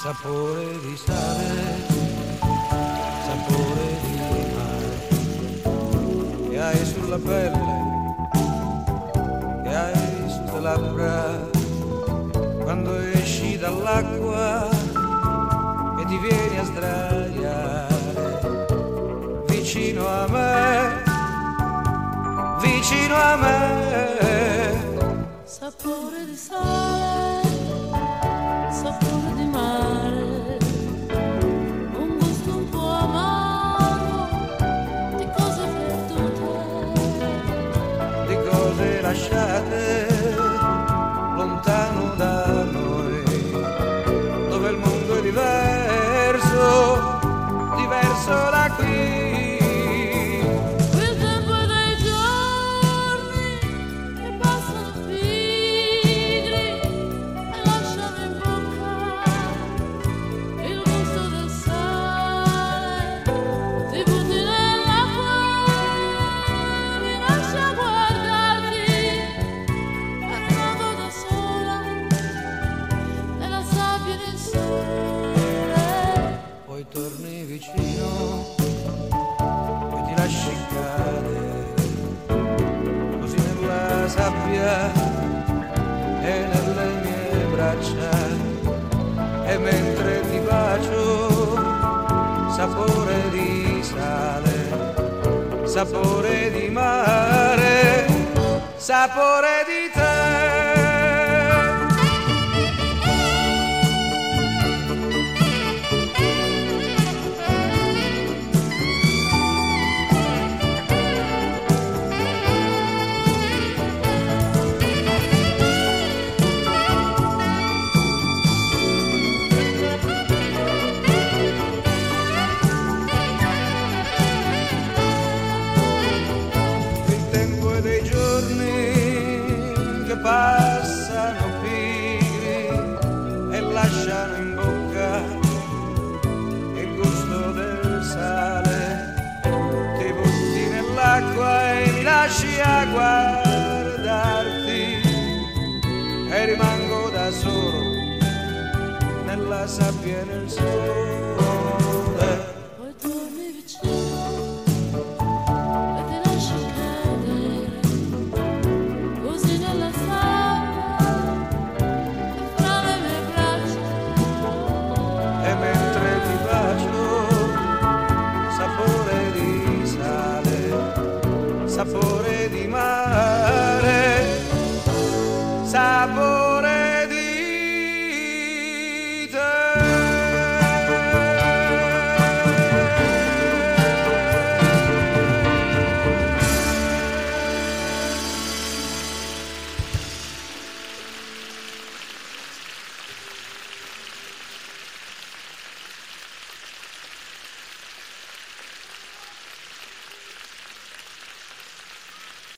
sapore di sale, sapore di mare, che hai sulla pelle, che hai sulle labbra, quando esci dall'acqua e ti vieni a sdraiare vicino a me, vicino a me. Sapore di sale, sapore di mare, un gusto un po' amaro di cose perdute, di cose lasciate lontano da noi, dove il mondo è diverso, diverso da qui. Poi torni vicino e ti lasci cadere così nella sabbia e nelle mie braccia, e mentre ti bacio sapore di sale, sapore di mare, sapore di te. Passano pigri e lasciano in bocca il gusto del sale. Ti butti nell'acqua e mi lasci a guardarti e rimango da solo nella sabbia e nel sole. Poi torni vicino e ti lasci cadere così nella sapore di mare, sapore